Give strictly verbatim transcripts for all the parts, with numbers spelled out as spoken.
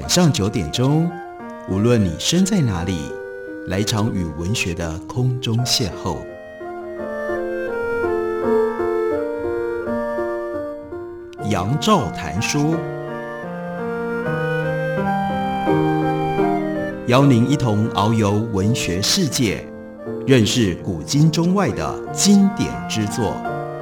晚上九点钟，无论你身在哪里，来一场与文学的空中邂逅。杨照谈书，邀您一同遨游文学世界，认识古今中外的经典之作。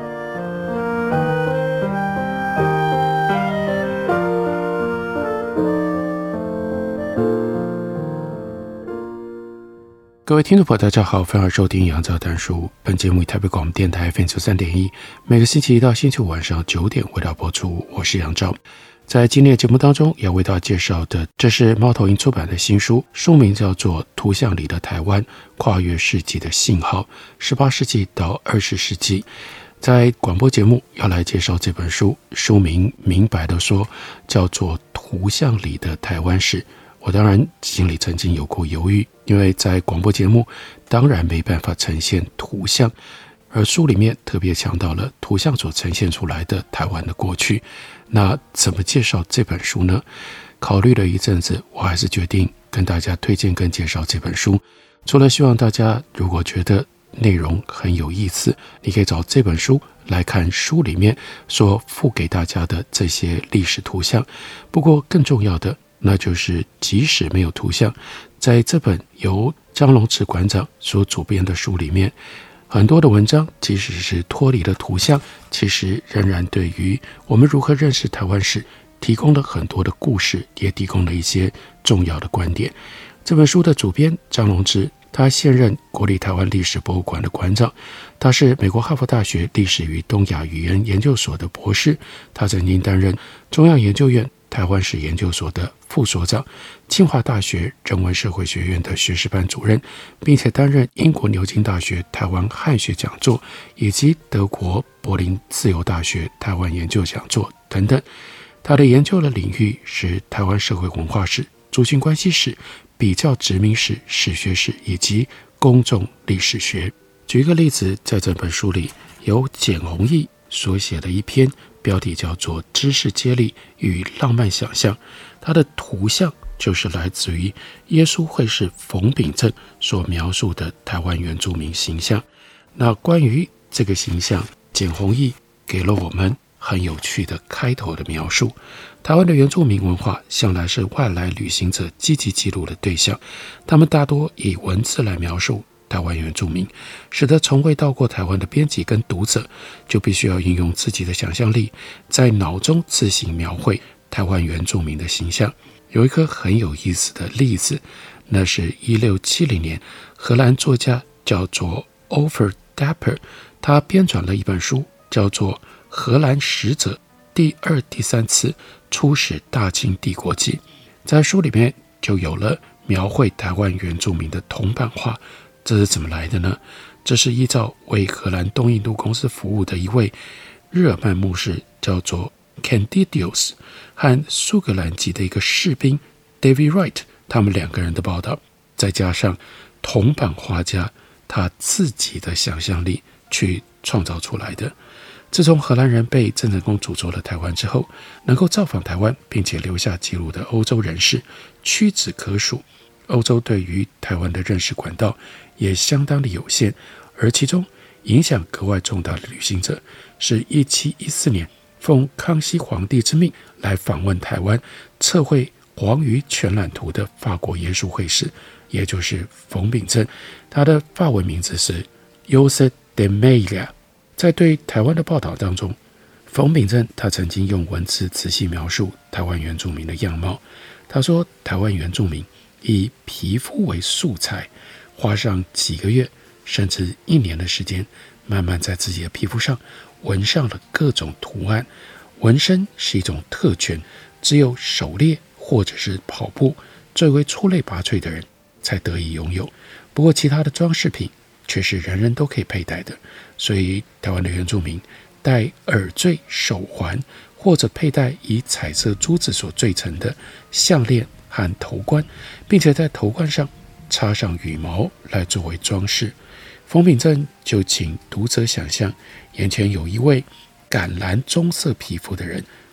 各位听众朋友大家好，欢迎收听杨照谈书。本节目以台北广播电台 F M 九三点一，每个星期一到星期五晚上九点为大家播出。我是杨照。在今天的节目当中，要为大家介绍的，这是猫头鹰出版的新书，书名叫做《图像里的台湾：跨越世纪的信号，十八世纪到二十世纪》。在广播节目要来介绍这本书，书名明白的说，叫做《图像里的台湾史》。我当然心里曾经有过犹豫，因为在广播节目当然没办法呈现图像，而书里面特别强调了图像所呈现出来的台湾的过去。那怎么介绍这本书呢？考虑了一阵子，我还是决定跟大家推荐跟介绍这本书。除了希望大家如果觉得内容很有意思，你可以找这本书来看书里面所附给大家的这些历史图像。不过更重要的，那就是即使没有图像，在这本由张龙池馆长所主编的书里面，很多的文章即使是脱离了图像，其实仍然对于我们如何认识台湾史提供了很多的故事，也提供了一些重要的观点。这本书的主编张龙池，他现任国立台湾历史博物馆的馆长，他是美国哈佛大学历史与东亚语言研究所的博士，他曾经担任中央研究院台湾史研究所的副所长，清华大学人文社会学院的学士班主任，并且担任英国牛津大学台湾汉学讲座，以及德国柏林自由大学台湾研究讲座等等。他的研究的领域是台湾社会文化史、族群关系史、比较殖民史、史学史以及公众历史学。举一个例子，在这本书里有简弘毅所写的一篇，标题叫做《知识接力与浪漫想象》，它的图像就是来自于耶稣会士冯秉正所描述的台湾原住民形象。那关于这个形象，简弘毅给了我们很有趣的开头的描述。台湾的原住民文化向来是外来旅行者积极记录的对象，他们大多以文字来描述台湾原住民，使得从未到过台湾的编辑跟读者就必须要运用自己的想象力，在脑中自行描绘台湾原住民的形象。有一个很有意思的例子，那是一六七零年，荷兰作家叫做 Over Dapper， 他编纂了一本书，叫做《荷兰使者第二、第三次出使大清帝国记》。在书里面就有了描绘台湾原住民的铜版画。这是怎么来的呢？这是依照为荷兰东印度公司服务的一位日耳曼牧师，叫做 Candidius， 和苏格兰籍的一个士兵 David Wright， 他们两个人的报道，再加上铜版画家他自己的想象力去创造出来的。自从荷兰人被郑成功诅咒了台湾之后，能够造访台湾并且留下记录的欧洲人士屈指可数，欧洲对于台湾的认识管道也相当的有限，而其中影响格外重大的旅行者是一七一四年奉康熙皇帝之命来访问台湾，测绘黄鱼全览图的法国耶稣会士，也就是冯秉正，他的法文名字是 Joseph de Maria。 在对台湾的报道当中，冯秉正他曾经用文字仔细描述台湾原住民的样貌。他说，台湾原住民以皮肤为素材，花上几个月甚至一年的时间，慢慢在自己的皮肤上纹上了各种图案。纹身是一种特权，只有狩猎或者是跑步最为出类拔萃的人才得以拥有。不过其他的装饰品却是人人都可以佩戴的，所以台湾的原住民戴耳坠、手环，或者佩戴以彩色珠子所缀成的项链和头冠，并且在头冠上插上羽毛来作为装饰。冯秉正就请读者想象，眼前有一位橄榄棕色皮肤的人，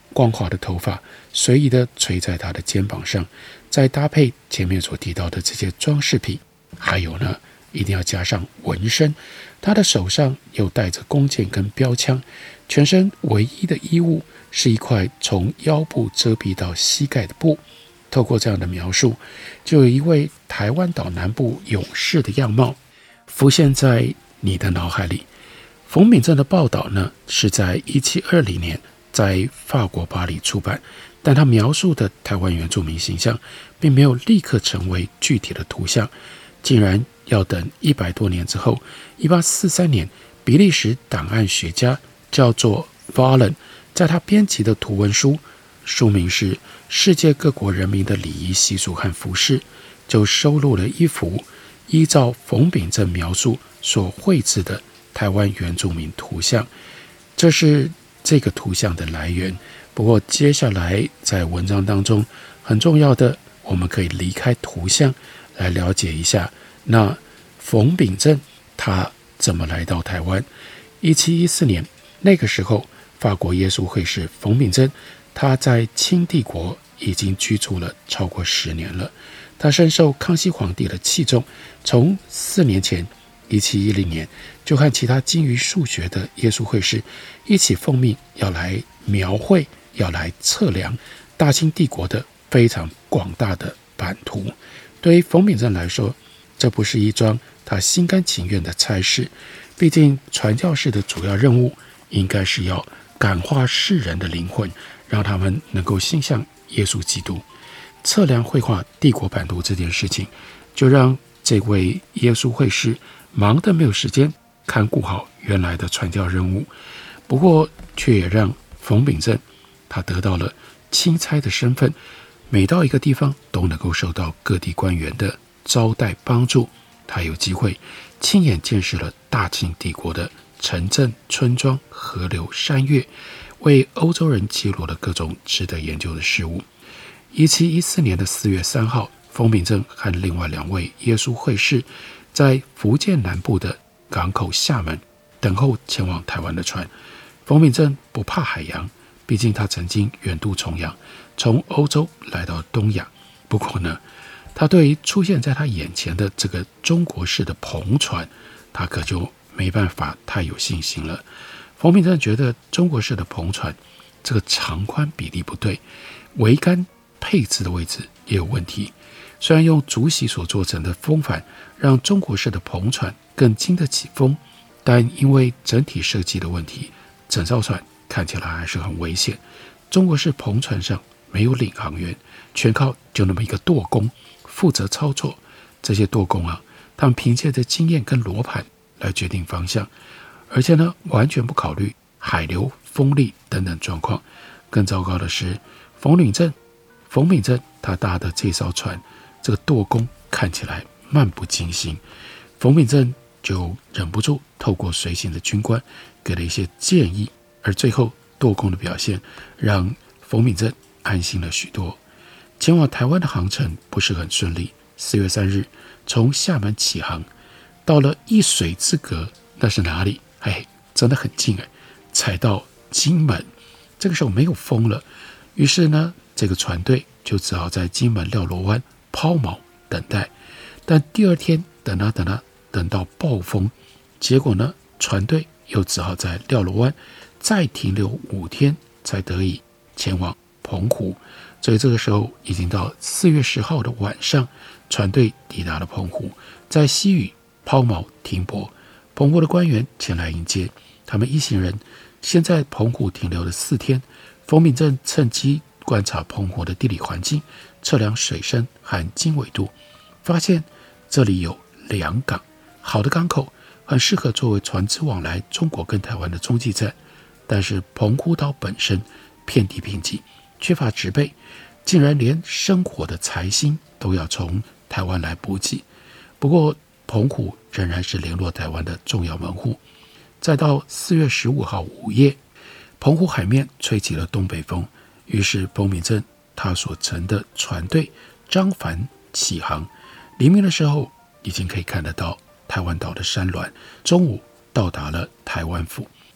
光滑的头发随意地垂在他的肩膀上，再搭配前面所提到的这些装饰品，还有呢，一定要加上纹身。他的手上又带着弓箭跟标枪，全身唯一的衣物是一块从腰部遮蔽到膝盖的布。透过这样的描述，就有一位台湾岛南部勇士的样貌浮现在你的脑海里。冯秉正的报道呢，是在一七二零年在法国巴黎出版，但他描述的台湾原住民形象并没有立刻成为具体的图像，竟然要等一百多年之后，一八四三年，比利时档案学家叫做 Valen 在他编辑的图文书，书名是《世界各国人民的礼仪习俗和服饰》，就收录了一幅依照冯秉正描述所绘制的台湾原住民图像。这是这个图像的来源。不过接下来在文章当中很重要的，我们可以离开图像来了解一下，那冯秉正他怎么来到台湾。一七一四年那个时候，法国耶稣会士冯秉正他在清帝国已经居住了超过十年了，他深受康熙皇帝的器重，从四年前一七一零年就和其他精于数学的耶稣会士一起奉命要来描绘，要来测量大清帝国的非常广大的版图。对于冯秉正来说，这不是一桩他心甘情愿的差事，毕竟传教士的主要任务应该是要感化世人的灵魂，让他们能够心向耶稣基督。测量绘画帝国版图这件事情，就让这位耶稣会士忙得没有时间看顾好原来的传教任务，不过却也让冯秉正他得到了钦差的身份，每到一个地方都能够受到各地官员的招待帮助。他有机会亲眼见识了大清帝国的城镇、村庄、河流、山岳，为欧洲人揭露了各种值得研究的事物。一七一四年的四月三号，冯秉正和另外两位耶稣会士在福建南部的港口厦门等候前往台湾的船。冯秉正不怕海洋，毕竟他曾经远渡重洋，从欧洲来到东亚。不过呢，他对于出现在他眼前的这个中国式的篷船，他可就没办法太有信心了。冯秉正觉得中国式的篷船这个长宽比例不对，桅杆配置的位置也有问题。虽然用竹席所做成的风帆让中国式的篷船更经得起风，但因为整体设计的问题，整艘船看起来还是很危险。中国式篷船上没有领航员，全靠就那么一个舵工负责操作。这些舵工啊，他们凭借着经验跟罗盘来决定方向，而且呢，完全不考虑海流、风力等等状况。更糟糕的是，冯秉正，冯秉正他搭的这艘船，这个舵工看起来漫不经心。冯秉正就忍不住透过随行的军官给了一些建议，而最后舵工的表现让冯秉正安心了许多。前往台湾的航程不是很顺利。四月三日从厦门起航，到了一水之隔，那是哪里？哎，真的很近哎，才到金门。这个时候没有风了，于是呢，这个船队就只好在金门廖罗湾抛锚等待。但第二天等啊等啊，等到暴风，结果呢，船队又只好在廖罗湾再停留五天，才得以前往澎湖。所以这个时候已经到四月十号的晚上，船队抵达了澎湖，在西屿抛锚停泊。澎湖的官员前来迎接，他们一行人先在澎湖停留了四天。冯秉正趁机观察澎湖的地理环境，测量水深和经纬度，发现这里有两港，好的港口，很适合作为船只往来中国跟台湾的中继站。但是澎湖岛本身遍地贫瘠，缺乏植被，竟然连生活的财薪都要从台湾来补给。不过澎湖仍然是联络台湾的重要门户。再到四月十五号午夜，澎湖海面吹起了东北风，于是冯秉正他所乘的船队张帆起航。黎明的时候已经可以看得到台湾岛的山峦，中午到达了台湾府。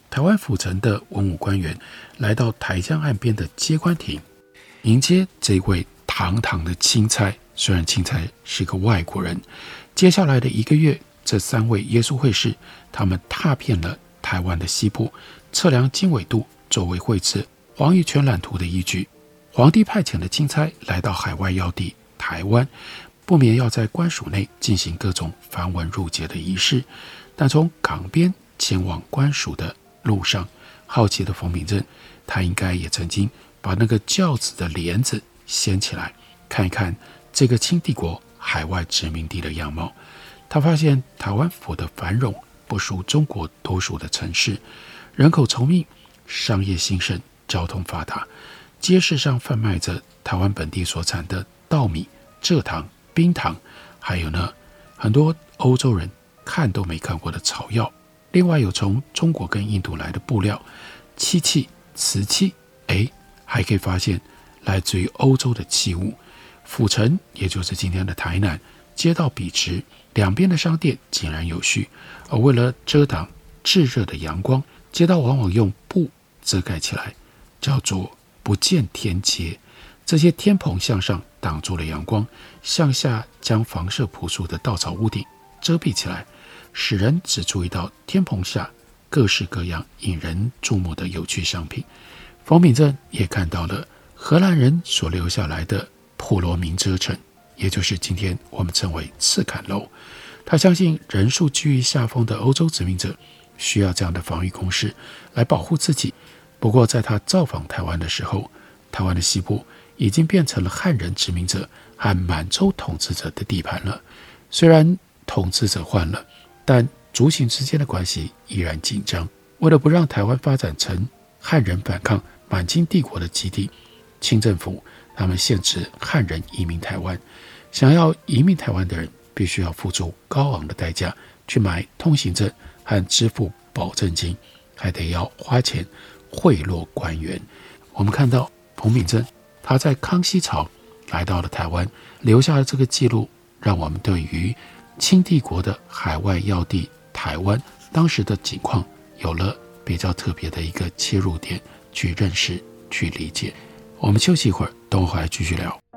台湾府城的文武官员来到台江岸边的接官亭，迎接这位堂堂的钦差。虽然钦差是个外国人，接下来的一个月，这三位耶稣会士他们踏遍了台湾的西部，测量经纬度，作为绘制黄鱼全览图的依据。皇帝派遣的钦差来到海外要地台湾，不免要在官署内进行各种繁文缛节的仪式。但从港边前往官署的路上，好奇的冯秉正，他应该也曾经把那个轿子的帘子掀起来，看一看这个清帝国海外殖民地的样貌。他发现台湾府的繁荣不输中国多数的城市，人口稠密，商业兴盛，交通发达，街市上贩卖着台湾本地所产的稻米、蔗糖、冰糖，还有呢很多欧洲人看都没看过的草药。另外有从中国跟印度来的布料、漆器、瓷器，诶，还可以发现来自于欧洲的器物。府城也就是今天的台南，街道笔直，两边的商店井然有序，而为了遮挡炙热的阳光，街道往往用布遮盖起来，叫做不见天街。这些天棚向上挡住了阳光，向下将房舍朴素的稻草屋顶遮蔽起来，使人只注意到天棚下各式各样引人注目的有趣商品。冯秉正也看到了荷兰人所留下来的普罗民遮城，也就是今天我们称为赤坎楼。他相信人数居于下风的欧洲殖民者需要这样的防御工事来保护自己。不过在他造访台湾的时候，台湾的西部已经变成了汉人殖民者和满洲统治者的地盘了。虽然统治者换了，但族群之间的关系依然紧张。为了不让台湾发展成汉人反抗满清帝国的基地，清政府他们限制汉人移民台湾，想要移民台湾的人必须要付出高昂的代价去买通行证和支付保证金，还得要花钱贿赂官员。我们看到冯秉正他在康熙朝来到了台湾，留下了这个记录，让我们对于清帝国的海外要地台湾当时的情况有了比较特别的一个切入点去认识去理解。我们休息一会儿，等会儿来继续聊。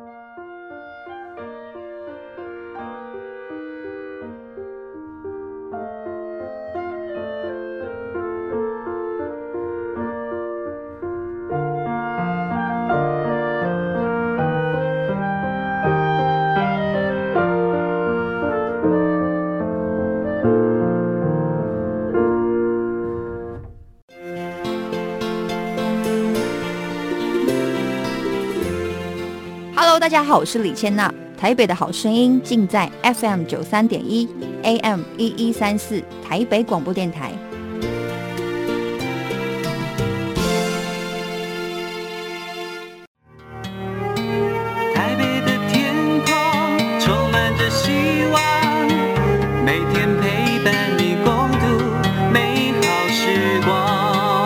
大家好，我是李千娜。台北的好声音尽在 F M 九三点一 A M 一一三四台北广播电台。 台北的天空充满着希望，每天陪伴你共度美好时光。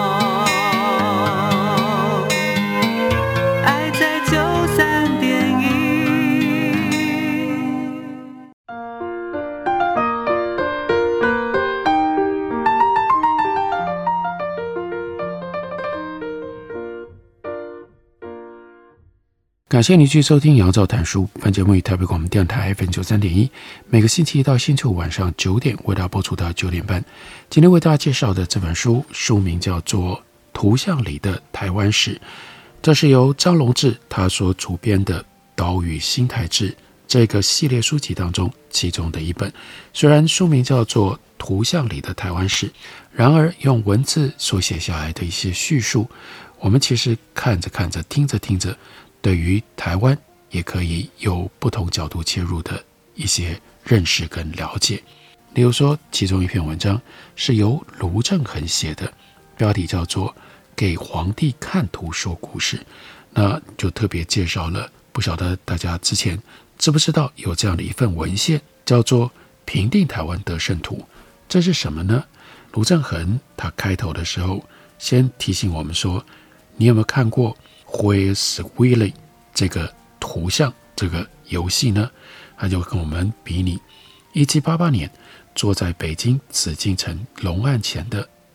感谢你继续收听杨照谈书，本节目以台北广播电台 F M 九三点一，每个星期一到星期五晚上九点为大家播出到九点半。今天为大家介绍的这本书，书名叫做《图像里的台湾史》，这是由张龙志他所主编的《岛屿新台志》这个系列书籍当中其中的一本。虽然书名叫做《图像里的台湾史》，然而用文字所写下来的一些叙述，我们其实看着看着听着听着，对于台湾也可以有不同角度切入的一些认识跟了解。例如说，其中一篇文章是由卢正恒写的，标题叫做《给皇帝看图说故事》，那就特别介绍了，不晓得大家之前知不知道有这样的一份文献，叫做《平定台湾得胜图》。这是什么呢？卢正恒他开头的时候先提醒我们说，你有没有看过Where's Willie 这个图像这个游戏呢？他就跟我们比拟一七八八年坐在北京紫禁城龙案前的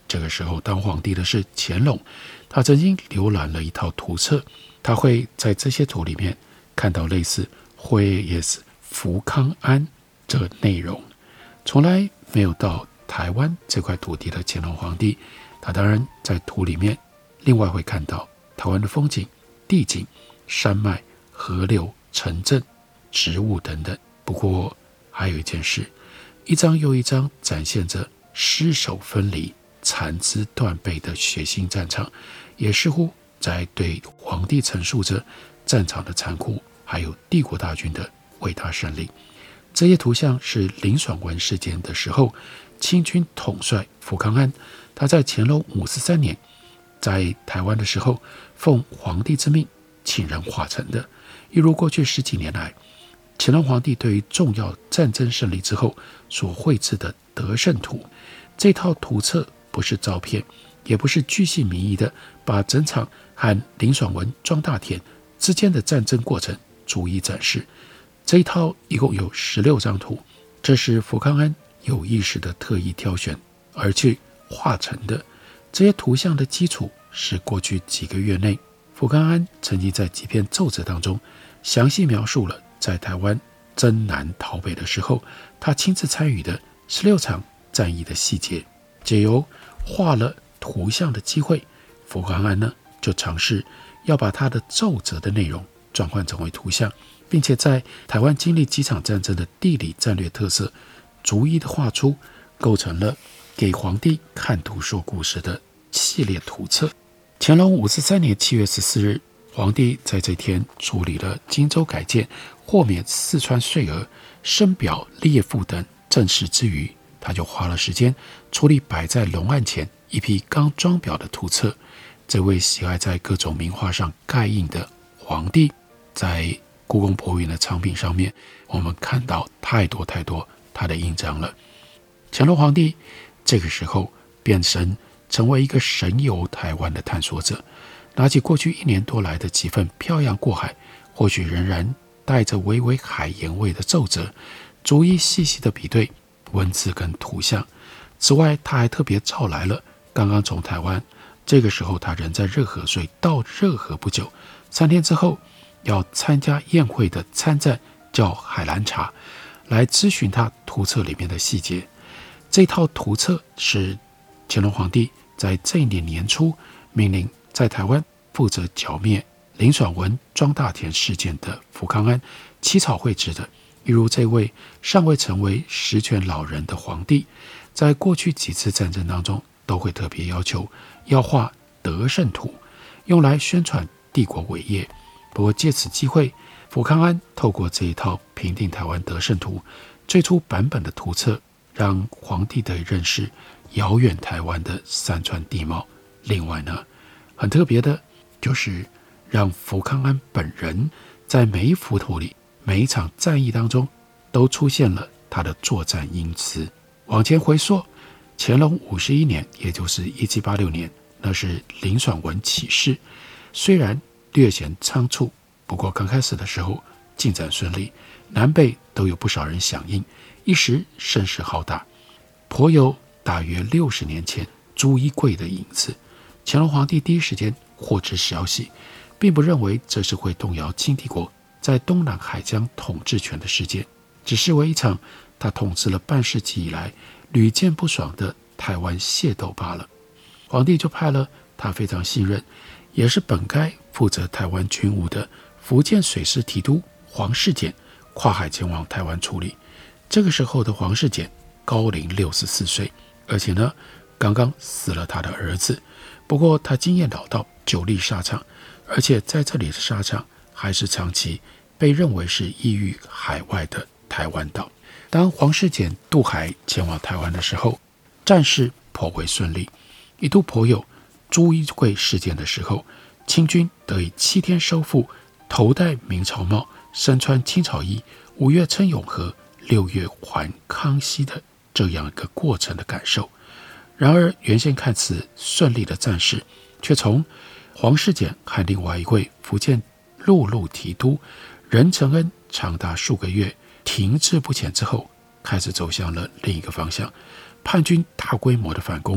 这个时候当皇帝的是乾隆，他曾经浏览了一套图册，他会在这些图里面看到类似会也是福康安这个内容。从来没有到台湾这块土地的乾隆皇帝，他当然在图里面另外会看到台湾的风景、地景、山脉、河流、城镇、植物等等。不过还有一件事，一张又一张展现着尸首分离、残肢断背的血腥战场，也似乎在对皇帝陈述着战场的残酷，还有帝国大军的伟大胜利。这些图像是林爽文事件的时候，清军统帅福康安，他在乾隆五十三年在台湾的时候，奉皇帝之命请人画成的。一如过去十几年来，乾隆皇帝对于重要战争胜利之后所绘制的得胜图，这套图册不是照片，也不是巨细靡遗的把整场和林爽文、庄大田之间的战争过程逐一展示。这一套一共有十六张图，这是福康安有意识的特意挑选而去画成的。这些图像的基础是过去几个月内，福康安曾经在几篇奏折当中详细描述了在台湾征南讨北的时候，他亲自参与的十六场战役的细节。借由画了图像的机会，福康安呢就尝试要把他的奏折的内容转换成为图像，并且在台湾经历几场战争的地理战略特色逐一的画出，构成了给皇帝看图说故事的系列图册。乾隆五十三年七月十四日，皇帝在这天处理了荆州改建、豁免四川税额、升表列赋等政事之余，他就花了时间处理摆在龙案前一批刚装裱的图册。这位喜爱在各种名画上盖印的皇帝，在故宫博物院的藏品上面，我们看到太多太多他的印章了。乾隆皇帝这个时候变身成为一个神游台湾的探索者，拿起过去一年多来的几份漂洋过海，或许仍然带着微微海盐味的奏折，逐一细细的比对文字跟图像。此外，他还特别召来了刚刚从台湾，这个时候他人在热河，所以到热河不久，三天之后要参加宴会的参赞叫海兰察，来咨询他图册里面的细节。这套图册是乾隆皇帝在这一年年初命令在台湾负责剿灭林爽文、庄大田事件的福康安起草绘制的。例如这位尚未成为实权老人的皇帝，在过去几次战争当中都会特别要求要画得胜图，用来宣传帝国伟业。不过借此机会，福康安透过这一套平定台湾得胜图最初版本的图册，让皇帝得以认识遥远台湾的山川地貌。另外呢，很特别的就是让福康安本人在每一幅图里，每一场战役当中都出现了他的作战英姿。往前回溯，乾隆五十一年，也就是一七八六年，那是林爽文起事，虽然略显仓促，不过刚开始的时候进展顺利，南北都有不少人响应，一时声势浩大，颇有大约六十年前朱一贵的影子。乾隆皇帝第一时间获知消息，并不认为这是会动摇清帝国在东南海疆统治权的事件，只视为一场他统治了半世纪以来屡见不爽的台湾械斗罢了。皇帝就派了他非常信任，也是本该负责台湾军务的福建水师提督黄世简跨海前往台湾处理。这个时候的黄世简高龄六十四岁，而且呢刚刚死了他的儿子。不过他经验老道，久历沙场，而且在这里的沙场还是长期被认为是异域海外的台湾岛。当黄世简渡海前往台湾的时候，战事颇为顺利。一度颇有朱一贵事件的时候，清军得以七天收复，头戴明朝帽，身穿清朝衣，五月称永和，六月还康熙的这样一个过程的感受。然而原先看似顺利的战事，却从黄世简和另外一位福建陆路提督任承恩长达数个月停滞不前之后，开始走向了另一个方向。叛军大规模的反攻，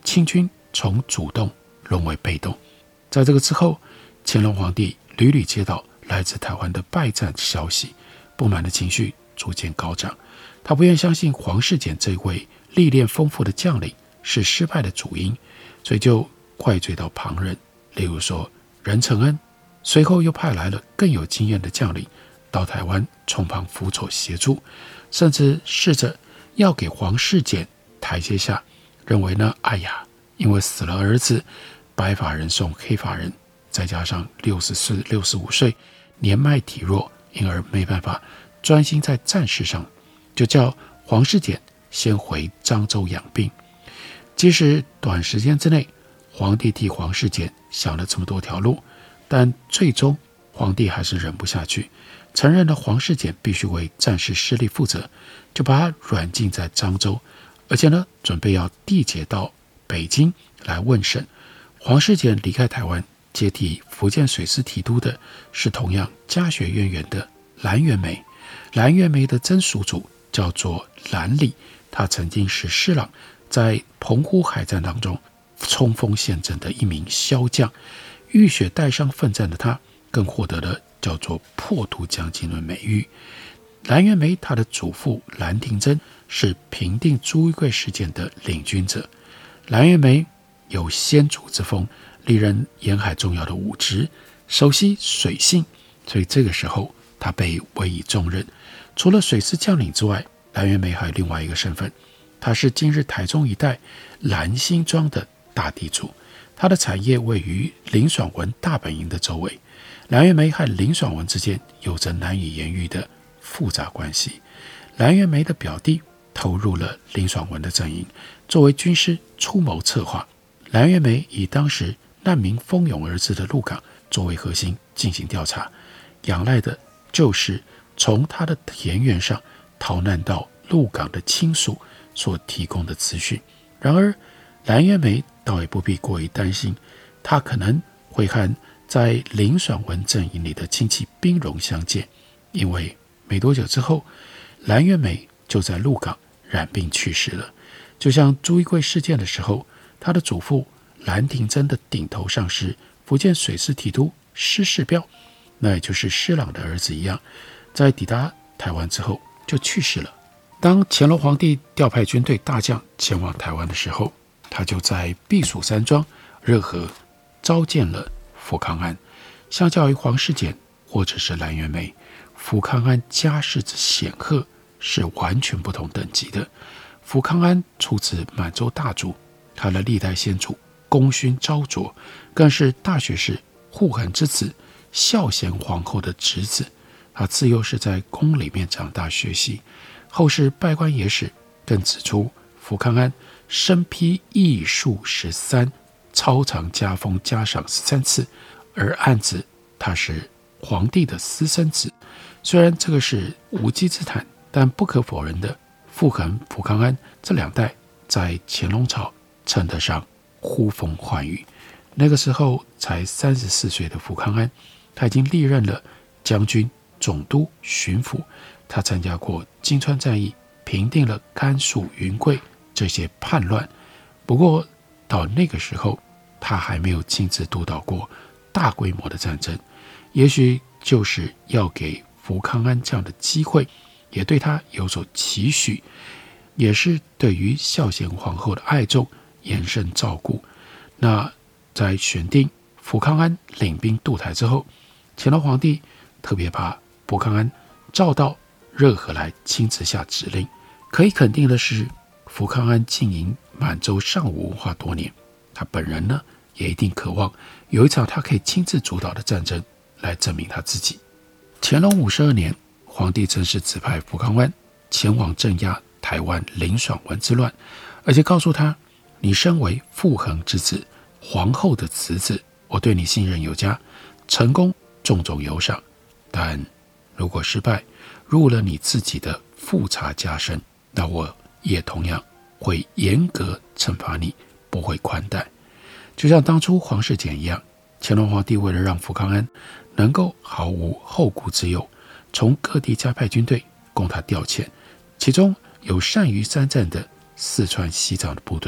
清军从主动沦为被动。在这个之后，乾隆皇帝屡屡接到来自台湾的败战消息，不满的情绪逐渐高涨。他不愿相信黄世简这位历练丰富的将领是失败的主因，所以就怪罪到旁人，例如说任承恩。随后又派来了更有经验的将领到台湾从旁辅佐协助，甚至试着要给黄世简台阶下，认为呢，哎呀，因为死了儿子，白发人送黑发人，再加上六十四、六十五岁，年迈体弱，因而没办法专心在战事上，就叫黄世简先回漳州养病。即使短时间之内，皇帝替黄世简想了这么多条路，但最终皇帝还是忍不下去，承认了黄世简必须为战事失利负责，就把他软禁在漳州，而且呢，准备要递解到北京来问审。黄世简离开台湾，接替福建水师提督的是同样家学渊源的蓝元梅。蓝元梅的曾属主叫做蓝礼，他曾经是施琅在澎湖海战当中冲锋陷阵的一名骁将，浴血带伤奋战的他更获得了叫做破土将军的美誉。蓝元梅他的祖父蓝廷珍是平定朱一贵事件的领军者。蓝元梅有先主之风，历任沿海重要的武职，熟悉水性，所以这个时候他被委以重任。除了水师将领之外，蓝元梅还有另外一个身份，他是今日台中一带蓝新庄的大地主，他的产业位于林爽文大本营的周围。蓝元梅和林爽文之间有着难以言喻的复杂关系。蓝元梅的表弟投入了林爽文的阵营，作为军师出谋策划。蓝元梅以当时难民蜂拥而至的鹿港作为核心进行调查，仰赖的就是从他的田园上逃难到鹿港的亲属所提供的资讯。然而蓝元梅倒也不必过于担心，他可能会和在林爽文阵营里的亲戚兵戎相见，因为没多久之后，蓝元梅就在鹿港染病去世了。就像朱一贵事件的时候，他的祖父蓝廷珍的顶头上司福建水师提督施世标，那也就是施琅的儿子一样，在抵达台湾之后就去世了。当乾隆皇帝调派军队大将前往台湾的时候，他就在避暑山庄热河召见了福康安。相较于黄世简或者是蓝元梅，福康安家世之显赫是完全不同等级的。福康安出自满洲大族，他的历代先祖功勋昭卓，更是大学士护恒之子孝贤皇后的侄子。他自幼是在宫里面长大学习，后世拜官野史更指出，福康安身披异术十三，超常加封加赏十三次，而暗指他是皇帝的私生子。虽然这个是无稽之谈，但不可否认的，傅恒、福康安这两代在乾隆朝称得上呼风唤雨。那个时候才三十四岁的福康安，他已经历任了将军、总督、巡抚，他参加过金川战役，平定了甘肃、云贵这些叛乱。不过到那个时候，他还没有亲自督导过大规模的战争，也许就是要给福康安这样的机会，也对他有所期许，也是对于孝贤皇后的爱重延伸照顾。那在选定福康安领兵渡台之后，乾隆皇帝特别把福康安召到热河来亲自下指令。可以肯定的是，福康安经营满洲尚武文化多年，他本人呢也一定渴望有一场他可以亲自主导的战争来证明他自己。乾隆五十二年，皇帝正式指派福康安前往镇压台湾林爽文之乱，而且告诉他，你身为傅恒之子，皇后的侄子，我对你信任有加，成功重重有赏，但如果失败，入了你自己的复查加深，那我也同样会严格惩罚你，不会宽待。就像当初黄世简一样，乾隆皇帝为了让福康安能够毫无后顾之忧，从各地加派军队供他调遣，其中有善于参战的四川西藏的部队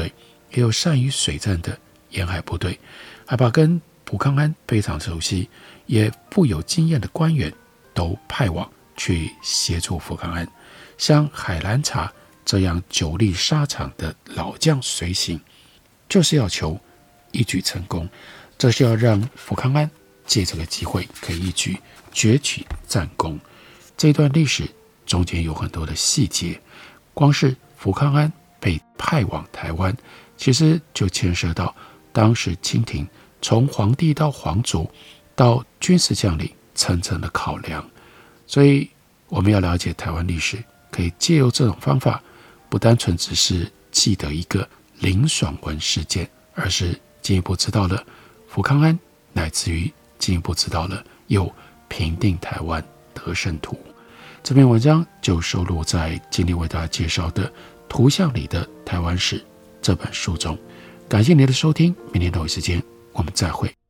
也有善于水战的沿海部队，还把跟福康安非常熟悉也富有经验的官员都派往去协助福康安。像海兰察这样久历沙场的老将随行，就是要求一举成功，这是要让福康安借这个机会可以一举攫取战功。这段历史中间有很多的细节，光是福康安被派往台湾，其实就牵涉到当时清廷从皇帝到皇族到军事将领层层的考量。所以我们要了解台湾历史，可以借由这种方法，不单纯只是记得一个林爽文事件，而是进一步知道了福康安，乃至于进一步知道了有平定台湾得胜图。这篇文章就收录在今天为大家介绍的《图像里的台湾史》这本书中。感谢您的收听，明天同一时间我们再会。